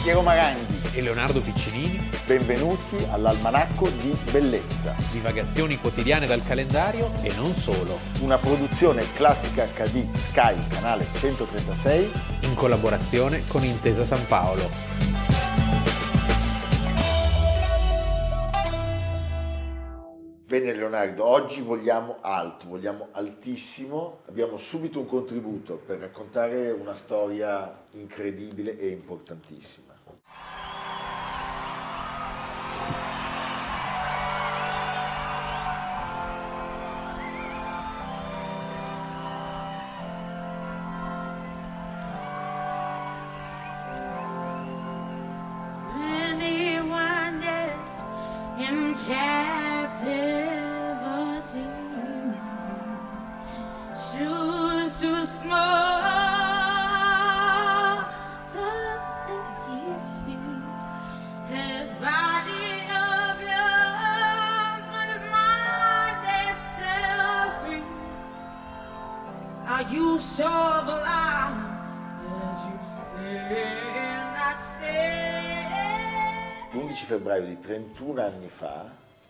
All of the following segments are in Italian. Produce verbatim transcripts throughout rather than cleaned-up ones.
Piero Maranghi e Leonardo Piccinini. Benvenuti all'Almanacco di Bellezza. Divagazioni quotidiane dal calendario e non solo. Una produzione Classica acca di Sky, canale centotrentasei. In collaborazione con Intesa San Paolo. Bene Leonardo, oggi vogliamo alto, vogliamo altissimo. Abbiamo subito un contributo per raccontare una storia incredibile e importantissima. In captivity, shoes too small, tough in his feet, his body of yours, but his mind is still free. Are you so blind that you dare not stay? l'undici febbraio di trentuno anni fa.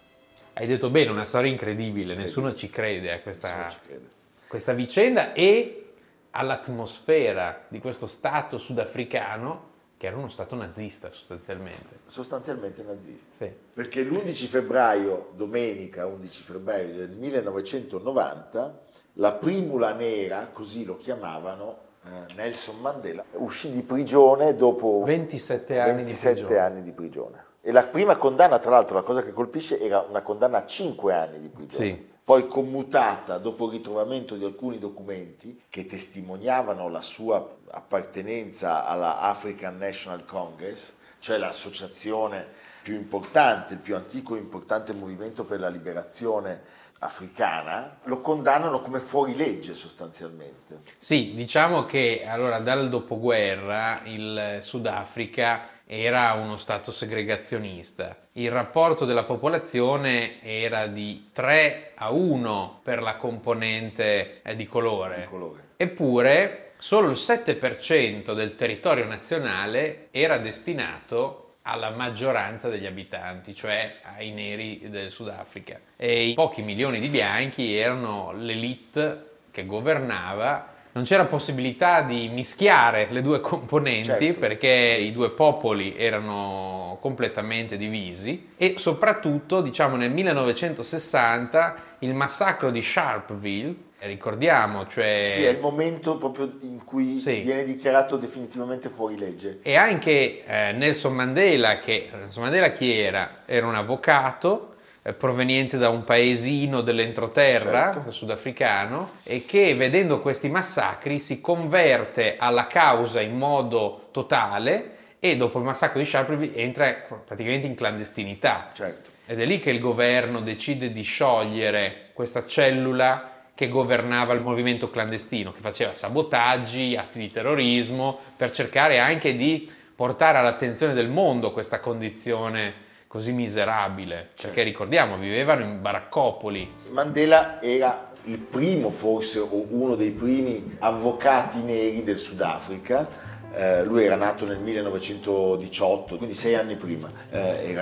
Hai detto bene, una storia incredibile, nessuno ci crede a questa, ci crede. questa vicenda e all'atmosfera di questo stato sudafricano che era uno stato nazista sostanzialmente. Sostanzialmente nazista. Sì. Perché l'undici febbraio, domenica undici febbraio del millenovecentonovanta, la primula nera, così lo chiamavano, Nelson Mandela uscì di prigione dopo ventisette anni ventisette di prigione. anni di prigione. E la prima condanna, tra l'altro, la cosa che colpisce era una condanna a cinque anni di prigione. Sì. Poi commutata dopo il ritrovamento di alcuni documenti che testimoniavano la sua appartenenza alla African National Congress, cioè l'associazione più importante, il più antico e importante movimento per la liberazione africana. Lo condannano come fuorilegge sostanzialmente. Sì, diciamo che allora dal dopoguerra il Sudafrica era uno stato segregazionista. Il rapporto della popolazione era di tre a uno per la componente di colore. Di colore. Eppure solo il sette per cento del territorio nazionale era destinato alla maggioranza degli abitanti, cioè ai neri del Sudafrica. E i pochi milioni di bianchi erano l'elite che governava. Non c'era possibilità di mischiare le due componenti, certo, perché i due popoli erano completamente divisi e soprattutto, diciamo, nel millenovecentosessanta il massacro di Sharpeville, ricordiamo, cioè... Sì, è il momento proprio in cui sì. viene dichiarato definitivamente fuorilegge. E anche eh, Nelson Mandela, che Nelson Mandela chi era? Era un avvocato eh, proveniente da un paesino dell'entroterra, certo, sudafricano, e che vedendo questi massacri si converte alla causa in modo totale e dopo il massacro di Sharpeville entra praticamente in clandestinità. Certo. Ed è lì che il governo decide di sciogliere questa cellula che governava il movimento clandestino, che faceva sabotaggi, atti di terrorismo, per cercare anche di portare all'attenzione del mondo questa condizione così miserabile. Certo. Perché ricordiamo, vivevano in baraccopoli. Mandela era il primo, forse, o uno dei primi avvocati neri del Sudafrica. Eh, lui era nato nel millenovecentodiciotto, quindi sei anni prima, eh, era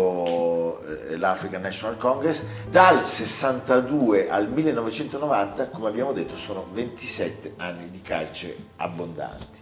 nato eh, l'African National Congress. Dal sessantadue al millenovecentonovanta, come abbiamo detto, sono ventisette anni di carcere abbondanti,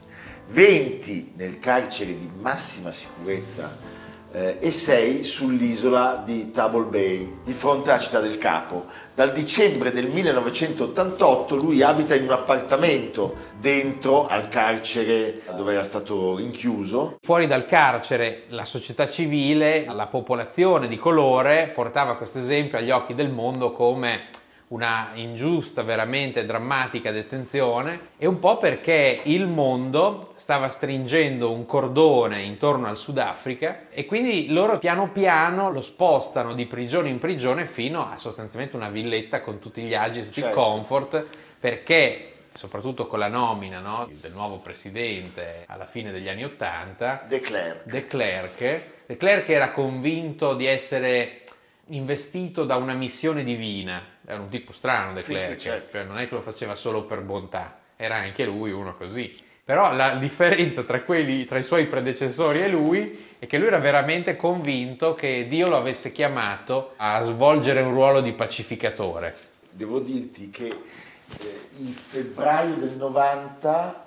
venti nel carcere di massima sicurezza eh, e sei sull'isola di Table Bay, di fronte alla città del Capo. Dal dicembre del millenovecentottantotto lui abita in un appartamento dentro al carcere dove era stato rinchiuso. Fuori dal carcere la società civile, la popolazione di colore portava questo esempio agli occhi del mondo come una ingiusta, veramente drammatica detenzione, e un po' perché il mondo stava stringendo un cordone intorno al Sudafrica e quindi loro piano piano lo spostano di prigione in prigione fino a sostanzialmente una villetta con tutti gli agi, tutti certo. i comfort, perché soprattutto con la nomina, no, del nuovo presidente alla fine degli anni Ottanta, De Klerk. De Klerk, De Klerk era convinto di essere investito da una missione divina. Era un tipo strano De Klerk, sì, certo. cioè non è che lo faceva solo per bontà, era anche lui uno così. Però la differenza tra, quelli, tra i suoi predecessori e lui è che lui era veramente convinto che Dio lo avesse chiamato a svolgere un ruolo di pacificatore. Devo dirti che eh, il febbraio del novanta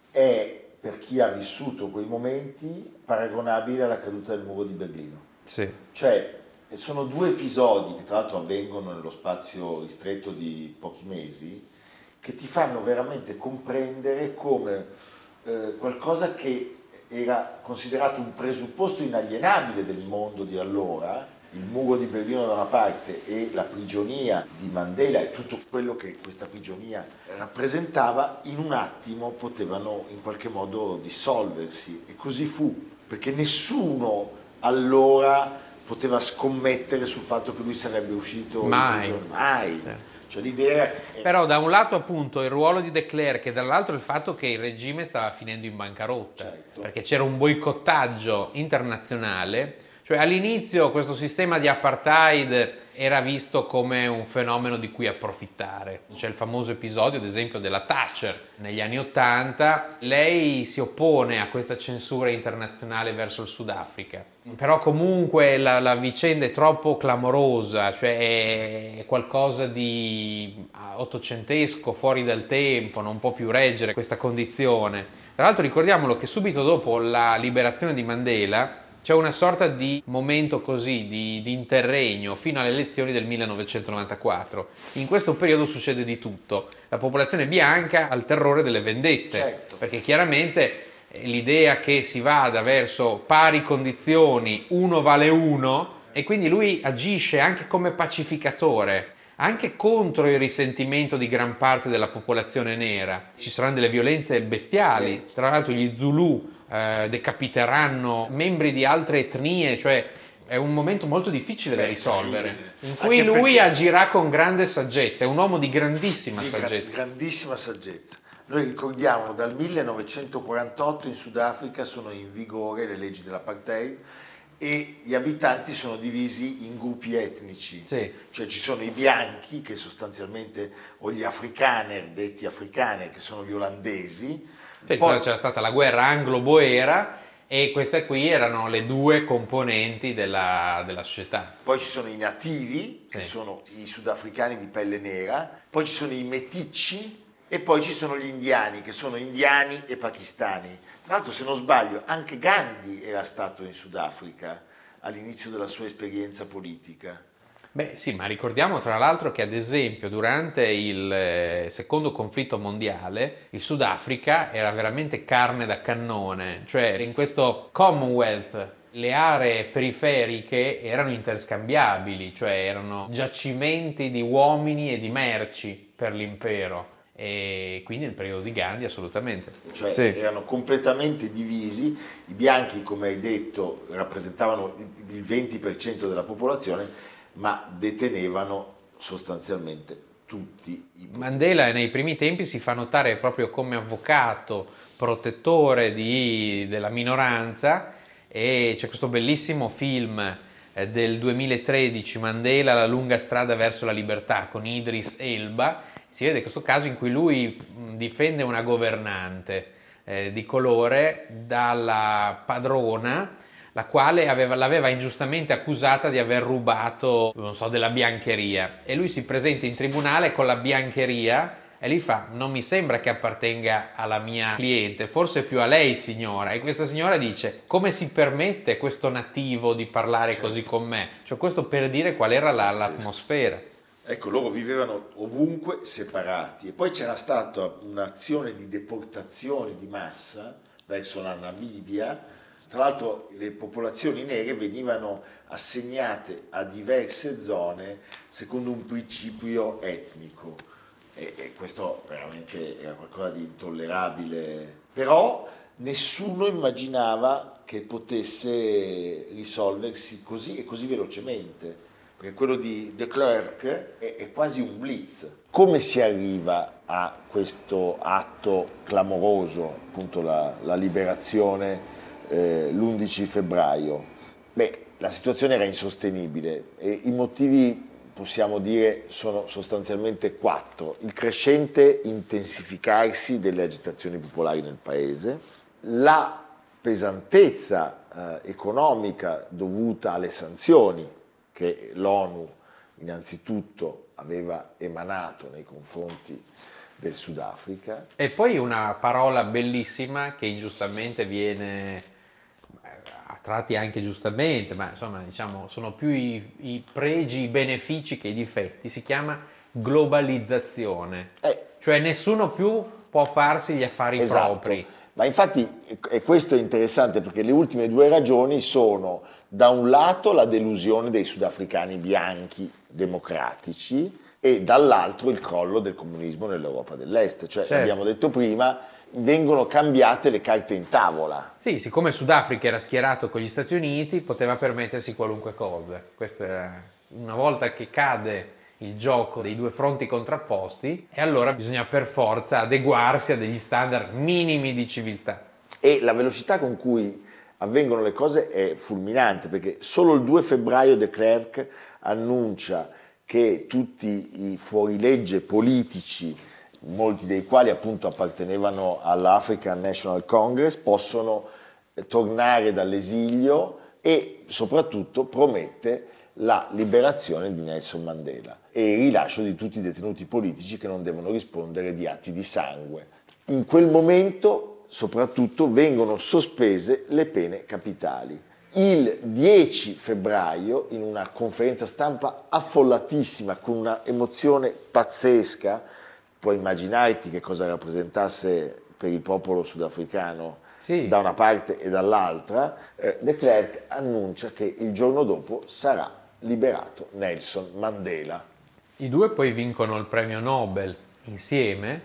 è, per chi ha vissuto quei momenti, paragonabile alla caduta del muro di Berlino. Sì. Cioè, sono due episodi che tra l'altro avvengono nello spazio ristretto di pochi mesi, che ti fanno veramente comprendere come eh, qualcosa che era considerato un presupposto inalienabile del mondo di allora, il muro di Berlino da una parte e la prigionia di Mandela e tutto quello che questa prigionia rappresentava, in un attimo potevano in qualche modo dissolversi, e così fu, perché nessuno allora poteva scommettere sul fatto che lui sarebbe uscito Mai. in prigione. Mai. Eh. Cioè l'idea è... Però da un lato appunto il ruolo di De Klerk e dall'altro il fatto che il regime stava finendo in bancarotta, Certo. perché c'era un boicottaggio internazionale. Cioè all'inizio questo sistema di apartheid era visto come un fenomeno di cui approfittare. C'è il famoso episodio, ad esempio, della Thatcher negli anni Ottanta. Lei si oppone a questa censura internazionale verso il Sudafrica. Però comunque la, la vicenda è troppo clamorosa, cioè è qualcosa di ottocentesco, fuori dal tempo, non può più reggere questa condizione. Tra l'altro ricordiamolo che subito dopo la liberazione di Mandela c'è una sorta di momento così, di, di interregno fino alle elezioni del millenovecentonovantaquattro. In questo periodo succede di tutto. La popolazione bianca ha il terrore delle vendette, Certo. perché chiaramente l'idea che si vada verso pari condizioni, uno vale uno, e quindi lui agisce anche come pacificatore, anche contro il risentimento di gran parte della popolazione nera. Ci saranno delle violenze bestiali, tra l'altro gli Zulu eh, decapiteranno membri di altre etnie, cioè è un momento molto difficile da Beh, risolvere, terribile. in cui Anche lui perché- agirà con grande saggezza, è un uomo di grandissima di gra- saggezza. grandissima saggezza. Noi ricordiamo dal millenovecentoquarantotto in Sudafrica sono in vigore le leggi dell'apartheid e gli abitanti sono divisi in gruppi etnici, Sì. cioè ci sono i bianchi che sostanzialmente, o gli afrikaner, detti afrikaner, che sono gli olandesi. Poi Poi- c'era stata la guerra anglo-boera e queste qui erano le due componenti della, della società. Poi ci sono i nativi, che Sì. sono i sudafricani di pelle nera, poi ci sono i meticci e poi ci sono gli indiani, che sono indiani e pakistani. Tra l'altro, se non sbaglio, anche Gandhi era stato in Sudafrica all'inizio della sua esperienza politica. Beh sì, ma ricordiamo tra l'altro che ad esempio durante il eh, secondo conflitto mondiale il Sudafrica era veramente carne da cannone, cioè in questo Commonwealth le aree periferiche erano interscambiabili, cioè erano giacimenti di uomini e di merci per l'impero, e quindi nel periodo di Gandhi assolutamente. Cioè Sì. erano completamente divisi, i bianchi, come hai detto, rappresentavano il venti per cento della popolazione, ma detenevano sostanzialmente tutti i poteri. Mandela nei primi tempi si fa notare proprio come avvocato, protettore di- della minoranza, e c'è questo bellissimo film eh, del duemilatredici, Mandela, la lunga strada verso la libertà, con Idris Elba. Si vede questo caso in cui lui mh, difende una governante eh, di colore dalla padrona, la quale aveva, l'aveva ingiustamente accusata di aver rubato, non so, della biancheria, e lui si presenta in tribunale con la biancheria e gli fa: non mi sembra che appartenga alla mia cliente, forse più a lei, signora. E questa signora dice: come si permette questo nativo di parlare Certo. così con me? Cioè, questo per dire qual era la- l'atmosfera. Ecco, loro vivevano ovunque separati, e poi c'era stata un'azione di deportazione di massa verso la Namibia. Tra l'altro le popolazioni nere venivano assegnate a diverse zone secondo un principio etnico, e, e questo veramente era qualcosa di intollerabile, però nessuno immaginava che potesse risolversi così e così velocemente, perché quello di De Klerk è, è quasi un blitz. Come si arriva a questo atto clamoroso, appunto la, la liberazione eh, l'undici febbraio? Beh, la situazione era insostenibile e i motivi possiamo dire sono sostanzialmente quattro. Il crescente intensificarsi delle agitazioni popolari nel paese, la pesantezza eh, economica dovuta alle sanzioni che l'ONU innanzitutto aveva emanato nei confronti del Sudafrica. E poi una parola bellissima che ingiustamente viene a tratti anche giustamente, ma insomma diciamo sono più i, i pregi, i benefici che i difetti, si chiama globalizzazione, Eh, cioè nessuno più può farsi gli affari esatto. propri. Ma infatti, e questo è interessante perché le ultime due ragioni sono da un lato la delusione dei sudafricani bianchi democratici e dall'altro il crollo del comunismo nell'Europa dell'Est, cioè Certo. abbiamo detto prima, vengono cambiate le carte in tavola. Sì, siccome il Sudafrica era schierato con gli Stati Uniti, poteva permettersi qualunque cosa. Questa era una volta che cade il gioco dei due fronti contrapposti, e allora bisogna per forza adeguarsi a degli standard minimi di civiltà. E la velocità con cui avvengono le cose è fulminante, perché solo il due febbraio De Klerk annuncia che tutti i fuorilegge politici, molti dei quali appunto appartenevano all'African National Congress, possono tornare dall'esilio, e soprattutto promette la liberazione di Nelson Mandela e il rilascio di tutti i detenuti politici che non devono rispondere di atti di sangue. In quel momento soprattutto vengono sospese le pene capitali. Il dieci febbraio, in una conferenza stampa affollatissima, con una emozione pazzesca, puoi immaginarti che cosa rappresentasse per il popolo sudafricano Sì. da una parte e dall'altra, eh, De Klerk annuncia che il giorno dopo sarà liberato Nelson Mandela. I due poi vincono il premio Nobel insieme.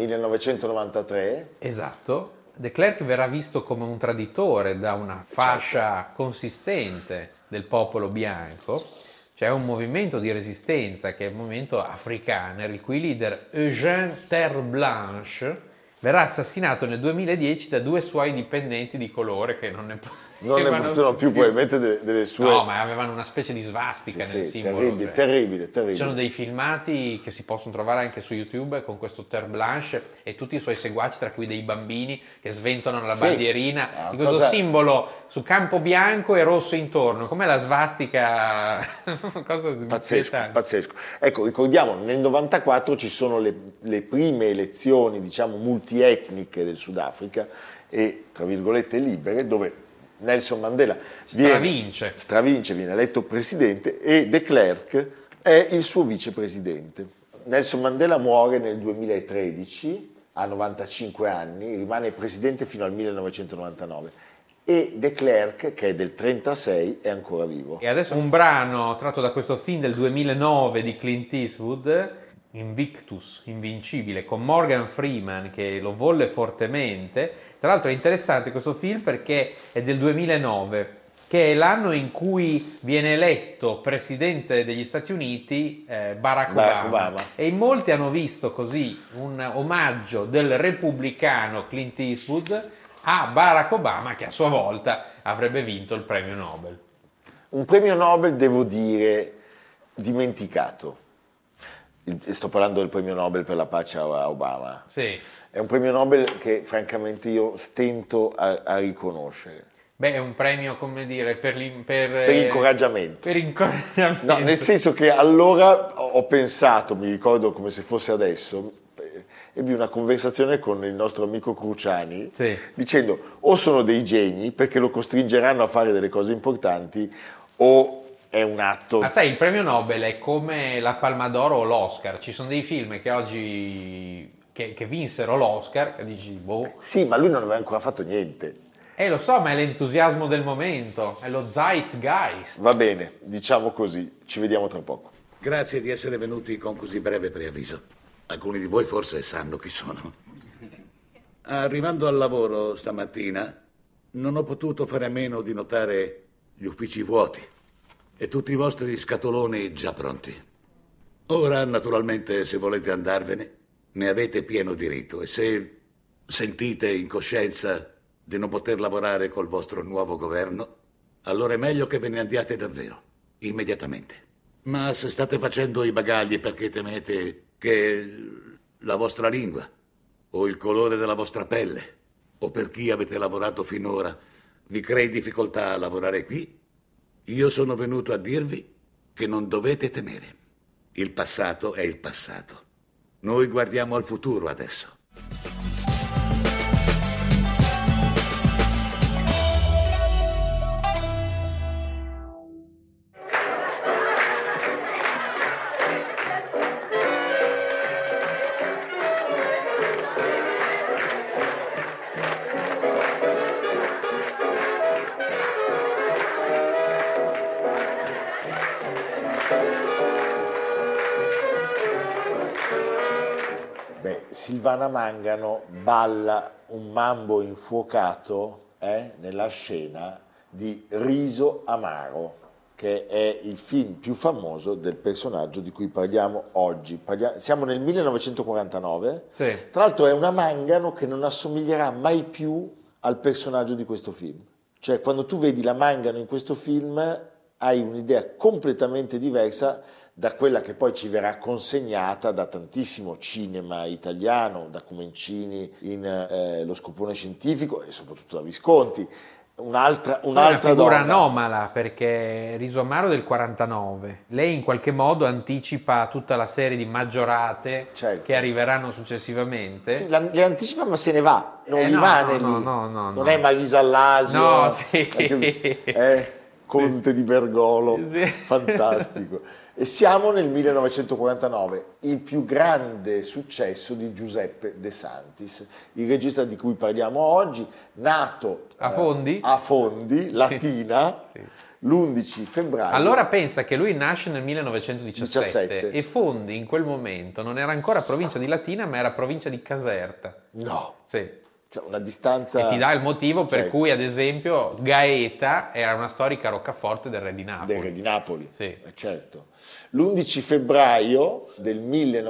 millenovecentonovantatré. Esatto. De Klerk verrà visto come un traditore da una fascia consistente del popolo bianco. C'è un movimento di resistenza che è il movimento Afrikaner, il cui leader Eugène Terre Blanche verrà assassinato nel duemiladieci da due suoi dipendenti di colore che non ne potevano Non ne potevano più probabilmente delle, delle sue... No, ma avevano una specie di svastica Sì, nel sì, simbolo. terribile, cioè. terribile, terribile. Ci sono dei filmati che si possono trovare anche su YouTube con questo Terre Blanche e tutti i suoi seguaci, tra cui dei bambini che sventolano la Sì. bandierina Ah, di questo cosa- simbolo su campo bianco e rosso intorno, come la svastica. Cosa di Pazzesco, inquietante. pazzesco. Ecco, ricordiamo, nel novantaquattro ci sono le, le prime elezioni, diciamo, multietniche del Sudafrica e, tra virgolette, libere, dove Nelson Mandela viene- Stravince. stravince, viene eletto presidente, e De Klerk è il suo vicepresidente. Nelson Mandela muore nel duemilatredici, a novantacinque anni, rimane presidente fino al millenovecentonovantanove, e De Klerk, che è del trentasei, è ancora vivo. E adesso un brano tratto da questo film del duemilanove di Clint Eastwood, Invictus, Invincibile, con Morgan Freeman che lo volle fortemente. Tra l'altro è interessante questo film perché è del duemilanove, che è l'anno in cui viene eletto presidente degli Stati Uniti eh, Barack, Barack Obama. Obama. E in molti hanno visto così un omaggio del repubblicano Clint Eastwood a Barack Obama, che a sua volta avrebbe vinto il premio Nobel. Un premio Nobel, devo dire, dimenticato. Il- Sto parlando del premio Nobel per la pace a Obama. Sì. È un premio Nobel che francamente io stento a, a riconoscere. Beh, è un premio, come dire, per, l'in- per, Per eh, incoraggiamento. per incoraggiamento. No, nel senso che allora ho ho pensato, mi ricordo come se fosse adesso, eh, ebbi una conversazione con il nostro amico Cruciani, Sì. dicendo o sono dei geni perché lo costringeranno a fare delle cose importanti, o è un atto... Ma sai, il premio Nobel è come la Palma d'Oro o l'Oscar. Ci sono dei film che oggi che, che vinsero l'Oscar e dici, boh. Sì, ma lui non aveva ancora fatto niente. Eh, lo so, ma è l'entusiasmo del momento, è lo zeitgeist. Va bene, diciamo così, ci vediamo tra poco. Grazie di essere venuti con così breve preavviso. Alcuni di voi forse sanno chi sono. Arrivando al lavoro stamattina, non ho potuto fare a meno di notare gli uffici vuoti e tutti i vostri scatoloni già pronti. Ora, naturalmente, se volete andarvene, ne avete pieno diritto, e se sentite in coscienza di non poter lavorare col vostro nuovo governo, allora è meglio che ve ne andiate davvero, immediatamente. Ma se state facendo i bagagli perché temete che la vostra lingua o il colore della vostra pelle o per chi avete lavorato finora vi crei difficoltà a lavorare qui, io sono venuto a dirvi che non dovete temere. Il passato è il passato. Noi guardiamo al futuro adesso. Beh, Silvana Mangano balla un mambo infuocato eh, nella scena di Riso Amaro, che è il film più famoso del personaggio di cui parliamo oggi. Parliamo, siamo nel millenovecentoquarantanove, Sì. Tra l'altro è una Mangano che non assomiglierà mai più al personaggio di questo film. Cioè, quando tu vedi la Mangano in questo film hai un'idea completamente diversa da quella che poi ci verrà consegnata da tantissimo cinema italiano, da Comencini in eh, Lo scopone scientifico e soprattutto da Visconti. Un'altra, Poi un'altra è una figura donna. anomala, perché Riso Amaro è del quarantanove. Lei in qualche modo anticipa tutta la serie di maggiorate Certo. che arriveranno successivamente. Sì, la- le anticipa ma se ne va, non Eh, no, rimane no, lì. no, no, no, non no. è Marisa Allasio, No, sì. eh, eh, Conte di Bergolo, Sì. fantastico. E siamo nel millenovecentoquarantanove, il più grande successo di Giuseppe De Santis, il regista di cui parliamo oggi, nato A Fondi? eh, a Fondi, Latina, Sì. l'undici febbraio. Allora pensa che lui nasce nel millenovecentodiciassette diciassette. e Fondi in quel momento non era ancora provincia di Latina, ma era provincia di Caserta. No, Sì. cioè una distanza... E ti dà il motivo per Certo. cui, ad esempio, Gaeta era una storica roccaforte del re di Napoli. del re di Napoli, Sì. eh, certo. L'undici febbraio del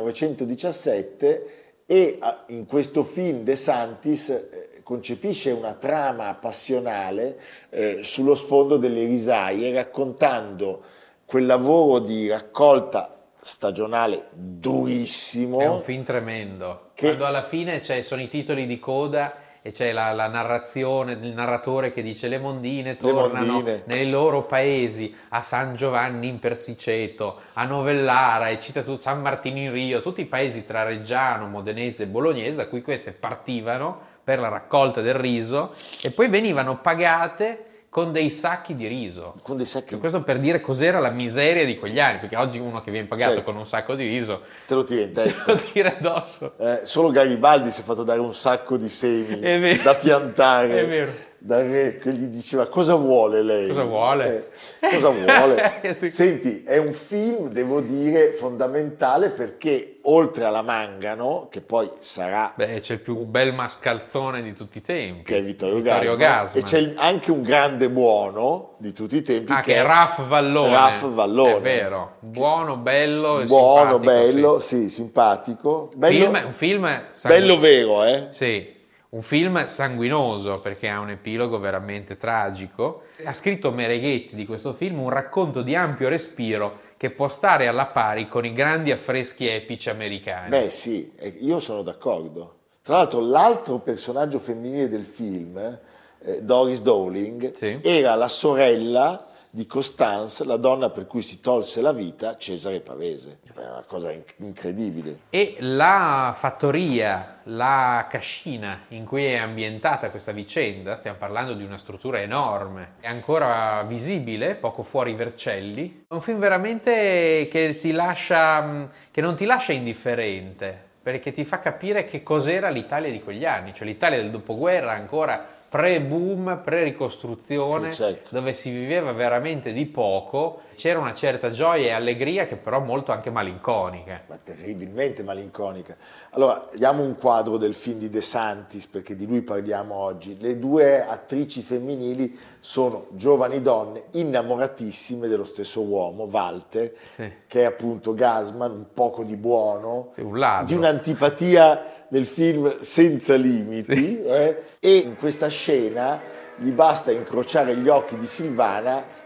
millenovecentodiciassette e ah, in questo film De Santis eh, concepisce una trama passionale eh, sullo sfondo delle risaie, raccontando quel lavoro di raccolta stagionale durissimo. È un film tremendo. Che- Quando alla fine c'è- sono i titoli di coda e c'è la, la narrazione, il narratore che dice le mondine tornano mondine. nei loro paesi, a San Giovanni in Persiceto, a Novellara, e cita tutto San Martino in Rio, tutti i paesi tra Reggiano, Modenese e Bolognese, da cui queste partivano per la raccolta del riso e poi venivano pagate con dei sacchi di riso. Con dei sacchi, Questo per dire cos'era la miseria di quegli anni, perché oggi uno che viene pagato Certo. con un sacco di riso te lo tira in te testa. lo tira addosso. Eh, solo Garibaldi si è fatto dare un sacco di semi È vero. da piantare È vero. dal re, che gli diceva cosa vuole lei? Cosa vuole? Eh, cosa vuole? Sì. Senti, è un film, devo dire, fondamentale perché oltre alla Mangano, che poi sarà Beh, c'è il più bel mascalzone di tutti i tempi, che è Vittorio, Vittorio Gassman, Gassman. e c'è il- anche un grande buono di tutti i tempi Ah, che è Raff Vallone. Raff Vallone. È vero, buono, bello e buono, simpatico, bello, sì. sì, simpatico, bello, Film, un film sangu- bello vero, eh? Sì, un film sanguinoso perché ha un epilogo veramente tragico. Ha scritto Mereghetti di questo film un racconto di ampio respiro che può stare alla pari con i grandi affreschi epici americani. Beh sì, eh, io sono d'accordo. Tra l'altro l'altro personaggio femminile del film, eh, Doris Dowling, Sì. era la sorella di Constance, la donna per cui si tolse la vita Cesare Pavese. È una cosa inc- incredibile. E la fattoria, la cascina in cui è ambientata questa vicenda, stiamo parlando di una struttura enorme, è ancora visibile, poco fuori Vercelli. È un film veramente che ti lascia, che non ti lascia indifferente, perché ti fa capire che cos'era l'Italia di quegli anni, cioè l'Italia del dopoguerra ancora pre-boom, pre-ricostruzione, Sì, certo. dove si viveva veramente di poco, c'era una certa gioia e allegria che però molto anche malinconica. Ma terribilmente malinconica. Allora, diamo un quadro del film di De Santis, perché di lui parliamo oggi. Le due attrici femminili sono giovani donne innamoratissime dello stesso uomo, Walter, Sì. che è appunto Gassman, un poco di buono, Sì, un ladro. di un'antipatia nel film senza limiti, eh, e in questa scena gli basta incrociare gli occhi di Silvana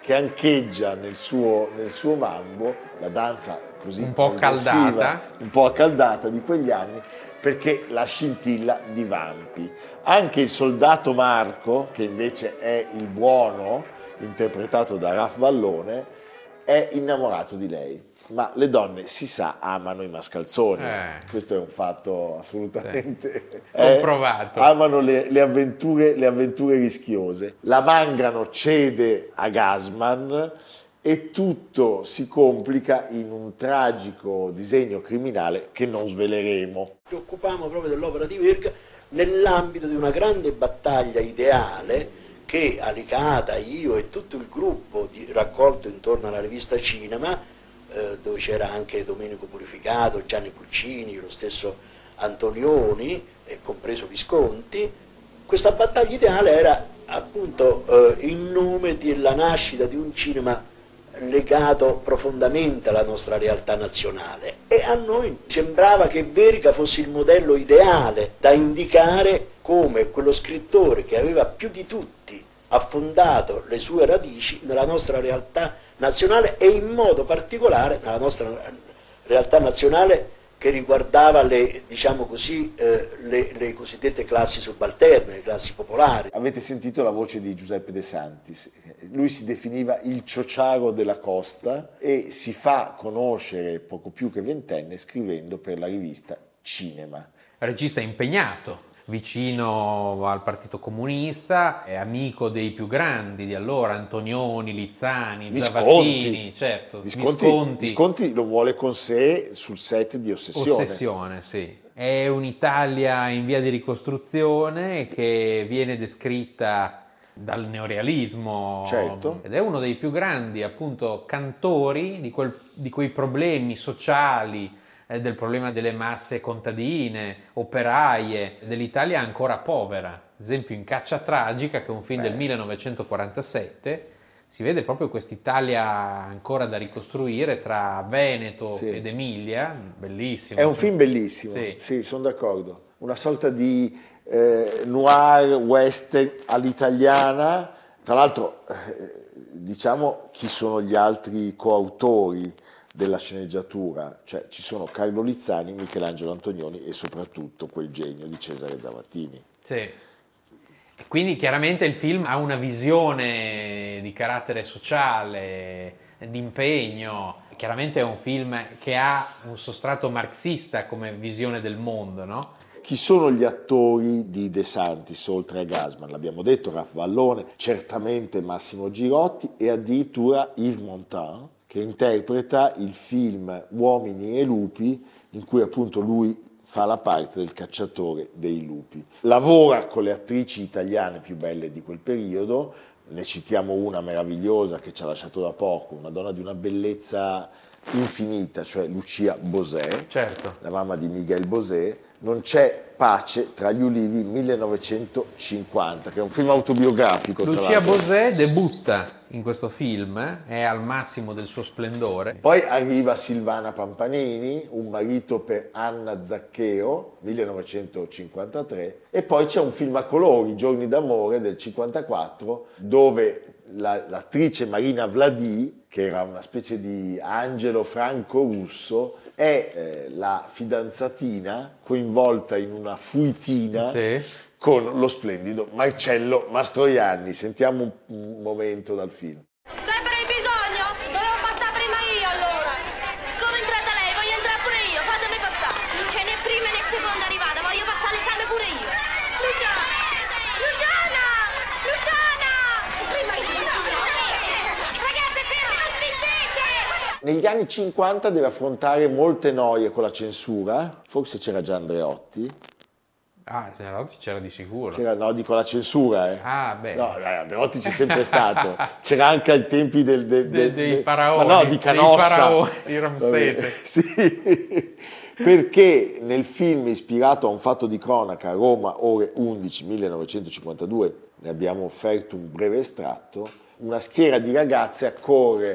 che ancheggia nel suo, nel suo mambo, la danza così un po' trasgressiva, accaldata. un po' accaldata di quegli anni, perché la scintilla di Vampi. Anche il soldato Marco, che invece è il buono, interpretato da Ralph Vallone, è innamorato di lei. Ma le donne, si sa, amano i mascalzoni. Eh. Questo è un fatto assolutamente Sì. eh, Comprovato. amano le, le avventure, le avventure rischiose. La Mangano cede a Gassman e tutto si complica in un tragico disegno criminale che non sveleremo. Ci occupavamo proprio dell'opera di Verga nell'ambito di una grande battaglia ideale che Alicata, io e tutto il gruppo di, raccolto intorno alla rivista Cinema, eh, dove c'era anche Domenico Purificato, Gianni Puccini, lo stesso Antonioni, e compreso Visconti. Questa battaglia ideale era appunto eh, in nome della nascita di un cinema legato profondamente alla nostra realtà nazionale, e a noi sembrava che Verga fosse il modello ideale da indicare come quello scrittore che aveva più di tutti affondato le sue radici nella nostra realtà nazionale, e in modo particolare nella nostra realtà nazionale che riguardava le, diciamo così, eh, le, le cosiddette classi subalterne, le classi popolari. Avete sentito la voce di Giuseppe De Santis. Lui si definiva il ciociaro della costa e si fa conoscere poco più che ventenne scrivendo per la rivista Cinema. Regista impegnato, vicino al Partito Comunista, è amico dei più grandi di allora, Antonioni, Lizzani, Visconti. Zavattini, certo, Visconti, Visconti. Visconti lo vuole con sé sul set di Ossessione. Ossessione, sì. È un'Italia in via di ricostruzione che viene descritta dal neorealismo, Certo. ed è uno dei più grandi appunto cantori di, quel, di quei problemi sociali, eh, del problema delle masse contadine, operaie, dell'Italia ancora povera. Ad esempio in Caccia Tragica, che è un film Beh. del millenovecentoquarantasette, si vede proprio quest'Italia ancora da ricostruire tra Veneto Sì. ed Emilia, bellissimo. È un film bellissimo, Sì. sì, sono d'accordo. Una sorta di eh, noir western all'italiana. Tra l'altro, eh, diciamo chi sono gli altri coautori della sceneggiatura, cioè ci sono Carlo Lizzani, Michelangelo Antonioni e soprattutto quel genio di Cesare Zavattini. Sì. E quindi chiaramente il film ha una visione di carattere sociale, di impegno. Chiaramente è un film che ha un sostrato marxista come visione del mondo, no? Chi sono gli attori di De Santis oltre a Gassman? L'abbiamo detto, Ralph Vallone, certamente Massimo Girotti e addirittura Yves Montand, che interpreta il film Uomini e lupi, in cui appunto lui fa la parte del cacciatore dei lupi. Lavora con le attrici italiane più belle di quel periodo, ne citiamo una meravigliosa che ci ha lasciato da poco, una donna di una bellezza infinita, cioè Lucia Bosé, Certo. la mamma di Miguel Bosé. Non c'è pace tra gli ulivi, millenovecentocinquanta, che è un film autobiografico. tra Lucia l'altro. Bosé debutta in questo film, è al massimo del suo splendore. Poi arriva Silvana Pampanini, Un marito per Anna Zaccheo, millenovecentocinquantatré, e poi c'è un film a colori, Giorni d'amore del cinquantaquattro, dove la, l'attrice Marina Vladì, che era una specie di angelo franco-russo, è eh, la fidanzatina coinvolta in una fuitina Sì. con lo splendido Marcello Mastroianni. Sentiamo un, un momento dal film. Sempre hai bisogno? Dovevo passare prima io allora. Come è entrata lei? Voglio entrare pure io, fatemi passare. Non c'è né prima né seconda arrivata, voglio passare l'esame pure io. Luciana! Luciana! Luciana! Prima io. Ragazzi, fermi, non spingete! Negli anni cinquanta deve affrontare molte noie con la censura, forse c'era già Andreotti, Ah, Girotti c'era di sicuro. c'era, no, dico la censura, eh. Ah, beh. No, dai, Andreotti c'è sempre stato, c'era anche ai tempi del, del, De- del- dei del- faraoni, ma no, di dei Canossa, faraoni di Ramsete. Vabbè, sì, perché nel film ispirato a un fatto di cronaca, Roma, ore undici, millenovecentocinquantadue, ne abbiamo offerto un breve estratto, una schiera di ragazze accorre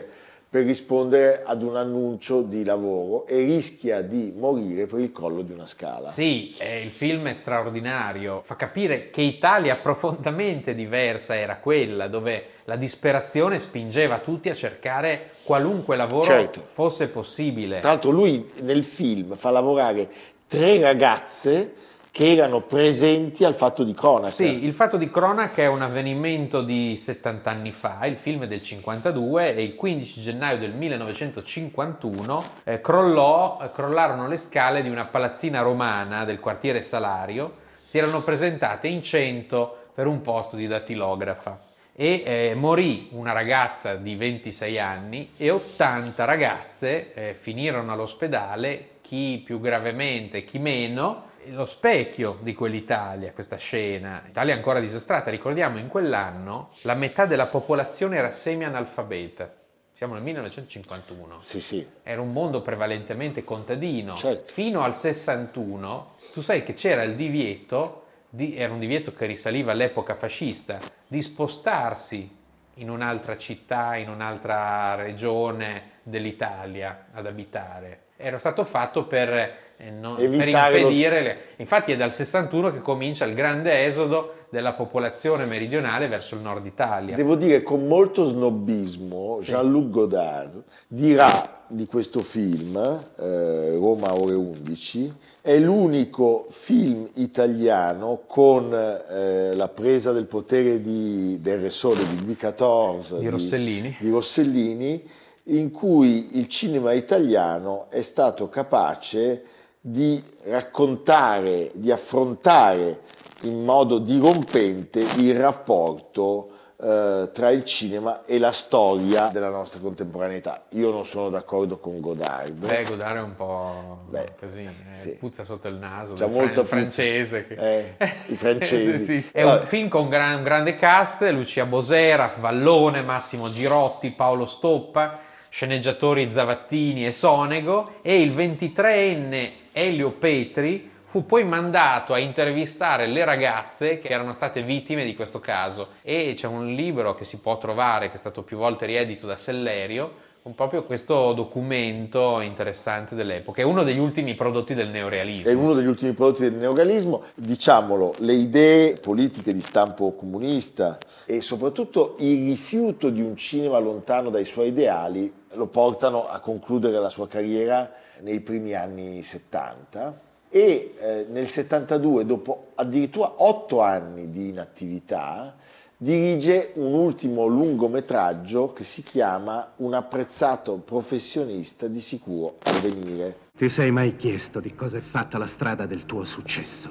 per rispondere ad un annuncio di lavoro e rischia di morire per il crollo di una scala. Sì, eh, il film è straordinario, fa capire che Italia profondamente diversa era quella, dove la disperazione spingeva tutti a cercare qualunque lavoro Certo. fosse possibile. Tra l'altro lui nel film fa lavorare tre ragazze che erano presenti al fatto di cronaca. Sì, il fatto di cronaca è un avvenimento di settanta anni fa, il film è del cinquantadue e il quindici gennaio del millenovecentocinquantuno eh, crollò, eh, crollarono le scale di una palazzina romana del quartiere Salario, si erano presentate in cento per un posto di dattilografa e eh, morì una ragazza di ventisei anni e ottanta ragazze eh, finirono all'ospedale, chi più gravemente, chi meno. Lo specchio di quell'Italia, questa scena, Italia ancora disastrata, ricordiamo in quell'anno la metà della popolazione era semi-analfabeta, siamo nel millenovecentocinquantuno, Sì, sì. era un mondo prevalentemente contadino, Certo. fino al sessantuno, tu sai che c'era il divieto, di, era un divieto che risaliva all'epoca fascista, di spostarsi in un'altra città, in un'altra regione dell'Italia ad abitare. Era stato fatto per, eh, non, per Evitare impedire... lo- Le... Infatti è dal sessantuno che comincia il grande esodo della popolazione meridionale verso il nord Italia. Devo dire con molto snobismo Jean-Luc Godard dirà di questo film, eh, Roma ore undici, è l'unico film italiano con eh, la presa del potere di, del Re Sole di Louis quattordici, Di Rossellini. di Rossellini, in cui il cinema italiano è stato capace di raccontare, di affrontare in modo dirompente il rapporto eh, tra il cinema e la storia della nostra contemporaneità. Io non sono d'accordo con Godard. Beh, Godard è un po' Beh, così, eh, sì. puzza sotto il naso, C'ha del molta fran- puzza. francese. Che... Eh, i francesi. Sì. È Vabbè. un film con gran- un grande cast, Lucia Bosera, Vallone, Massimo Girotti, Paolo Stoppa, sceneggiatori Zavattini e Sonego, e il ventitreenne Elio Petri fu poi mandato a intervistare le ragazze che erano state vittime di questo caso, e c'è un libro che si può trovare, che è stato più volte riedito da Sellerio, con proprio questo documento interessante dell'epoca. È uno degli ultimi prodotti del neorealismo. È uno degli ultimi prodotti del neorealismo. Diciamolo, le idee politiche di stampo comunista e soprattutto il rifiuto di un cinema lontano dai suoi ideali lo portano a concludere la sua carriera nei primi anni settanta e eh, nel settantadue, dopo addirittura otto anni di inattività, dirige un ultimo lungometraggio che si chiama Un apprezzato professionista di sicuro avvenire. Ti sei mai chiesto di cosa è fatta la strada del tuo successo?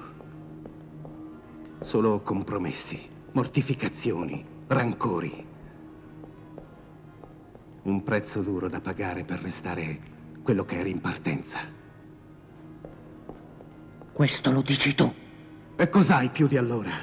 Solo compromessi, mortificazioni, rancori. Un prezzo duro da pagare per restare quello che eri in partenza. Questo lo dici tu. E cos'hai più di allora?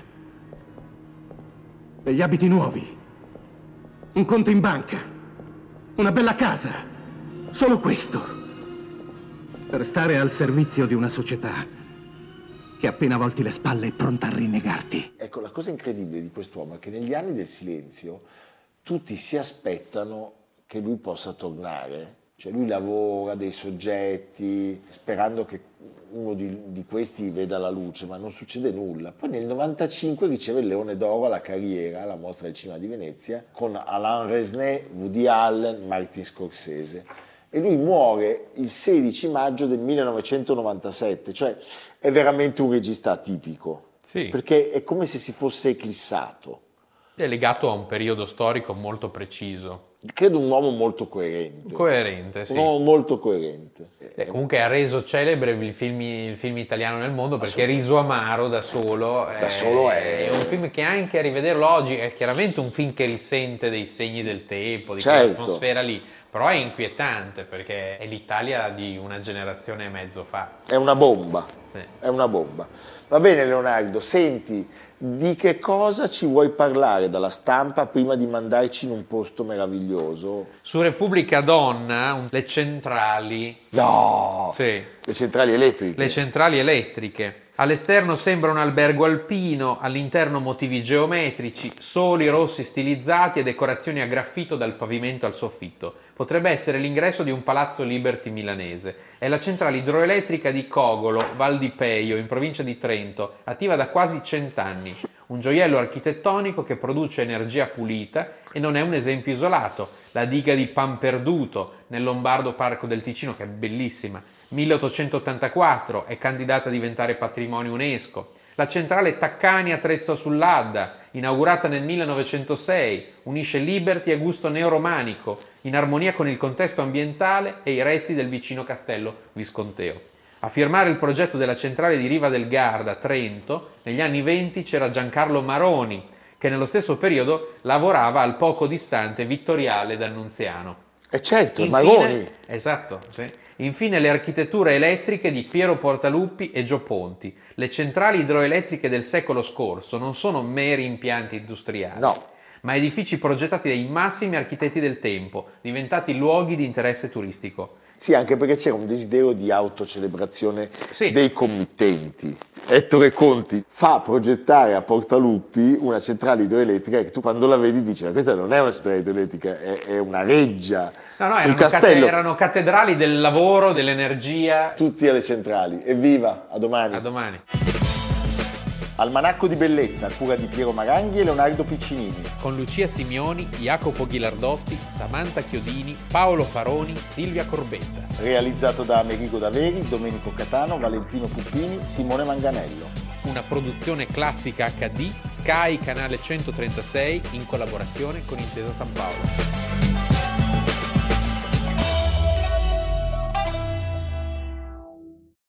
Degli abiti nuovi, un conto in banca, una bella casa, solo questo, per stare al servizio di una società che appena volti le spalle è pronta a rinnegarti. Ecco, la cosa incredibile di quest'uomo è che negli anni del silenzio tutti si aspettano che lui possa tornare, cioè lui lavora dei soggetti sperando che uno di, di questi veda la luce, ma non succede nulla. Poi nel novantacinque riceve il Leone d'Oro alla carriera, alla Mostra del Cinema di Venezia, con Alain Resnais, Woody Allen, Martin Scorsese. E lui muore il sedici maggio del millenovecentonovantasette, cioè è veramente un regista atipico, Sì. perché è come se si fosse eclissato. È legato a un periodo storico molto preciso. Credo un uomo molto coerente. Coerente, sì. Un uomo molto coerente. Eh, comunque ha reso celebre il film, il film italiano nel mondo, perché Riso Amaro da solo, Da solo è- è un film che anche a rivederlo oggi è chiaramente un film che risente dei segni del tempo, di Certo. quell'atmosfera lì, però è inquietante perché è l'Italia di una generazione e mezzo fa. È una bomba. Sì. È una bomba. Va bene Leonardo, senti, di che cosa ci vuoi parlare dalla stampa prima di mandarci in un posto meraviglioso? Su Repubblica Donna, un- le centrali, No! sì, Le centrali elettriche. le centrali elettriche. All'esterno sembra un albergo alpino, all'interno motivi geometrici, soli rossi stilizzati e decorazioni a graffito dal pavimento al soffitto. Potrebbe essere l'ingresso di un palazzo Liberty milanese. È la centrale idroelettrica di Cogolo, Val di Peio, in provincia di Trento, attiva da quasi cent'anni. Un gioiello architettonico che produce energia pulita e non è un esempio isolato. La diga di Pamperduto, nel Lombardo Parco del Ticino, che è bellissima, milleottocentottantaquattro, è candidata a diventare patrimonio UNESCO. La centrale Taccani a Trezzo sull'Adda, inaugurata nel millenovecentosei, unisce Liberty e gusto neoromanico, in armonia con il contesto ambientale e i resti del vicino castello visconteo. A firmare il progetto della centrale di Riva del Garda, Trento, negli anni venti c'era Giancarlo Maroni, che nello stesso periodo lavorava al poco distante Vittoriale d'Annunziano. E certo, Infine, Maroni. Esatto, sì. Infine le architetture elettriche di Piero Portaluppi e Gio Ponti. Le centrali idroelettriche del secolo scorso non sono meri impianti industriali, No. ma edifici progettati dai massimi architetti del tempo, diventati luoghi di interesse turistico. Sì, anche perché c'era un desiderio di autocelebrazione Sì. dei committenti. Ettore Conti fa progettare a Portaluppi una centrale idroelettrica che tu quando la vedi dici ma questa non è una centrale idroelettrica, è, è una reggia, No, no, un erano, castello. cate- erano cattedrali del lavoro, dell'energia. Tutti alle centrali. Evviva, a domani. A domani. Almanacco di bellezza a cura di Piero Maranghi e Leonardo Piccinini. Con Lucia Simioni, Jacopo Ghilardotti, Samantha Chiodini, Paolo Faroni, Silvia Corbetta. Realizzato da Amerigo Daveri, Domenico Catano, Valentino Puppini, Simone Manganello. Una produzione classica acca di Sky Canale centotrentasei in collaborazione con Intesa San Paolo.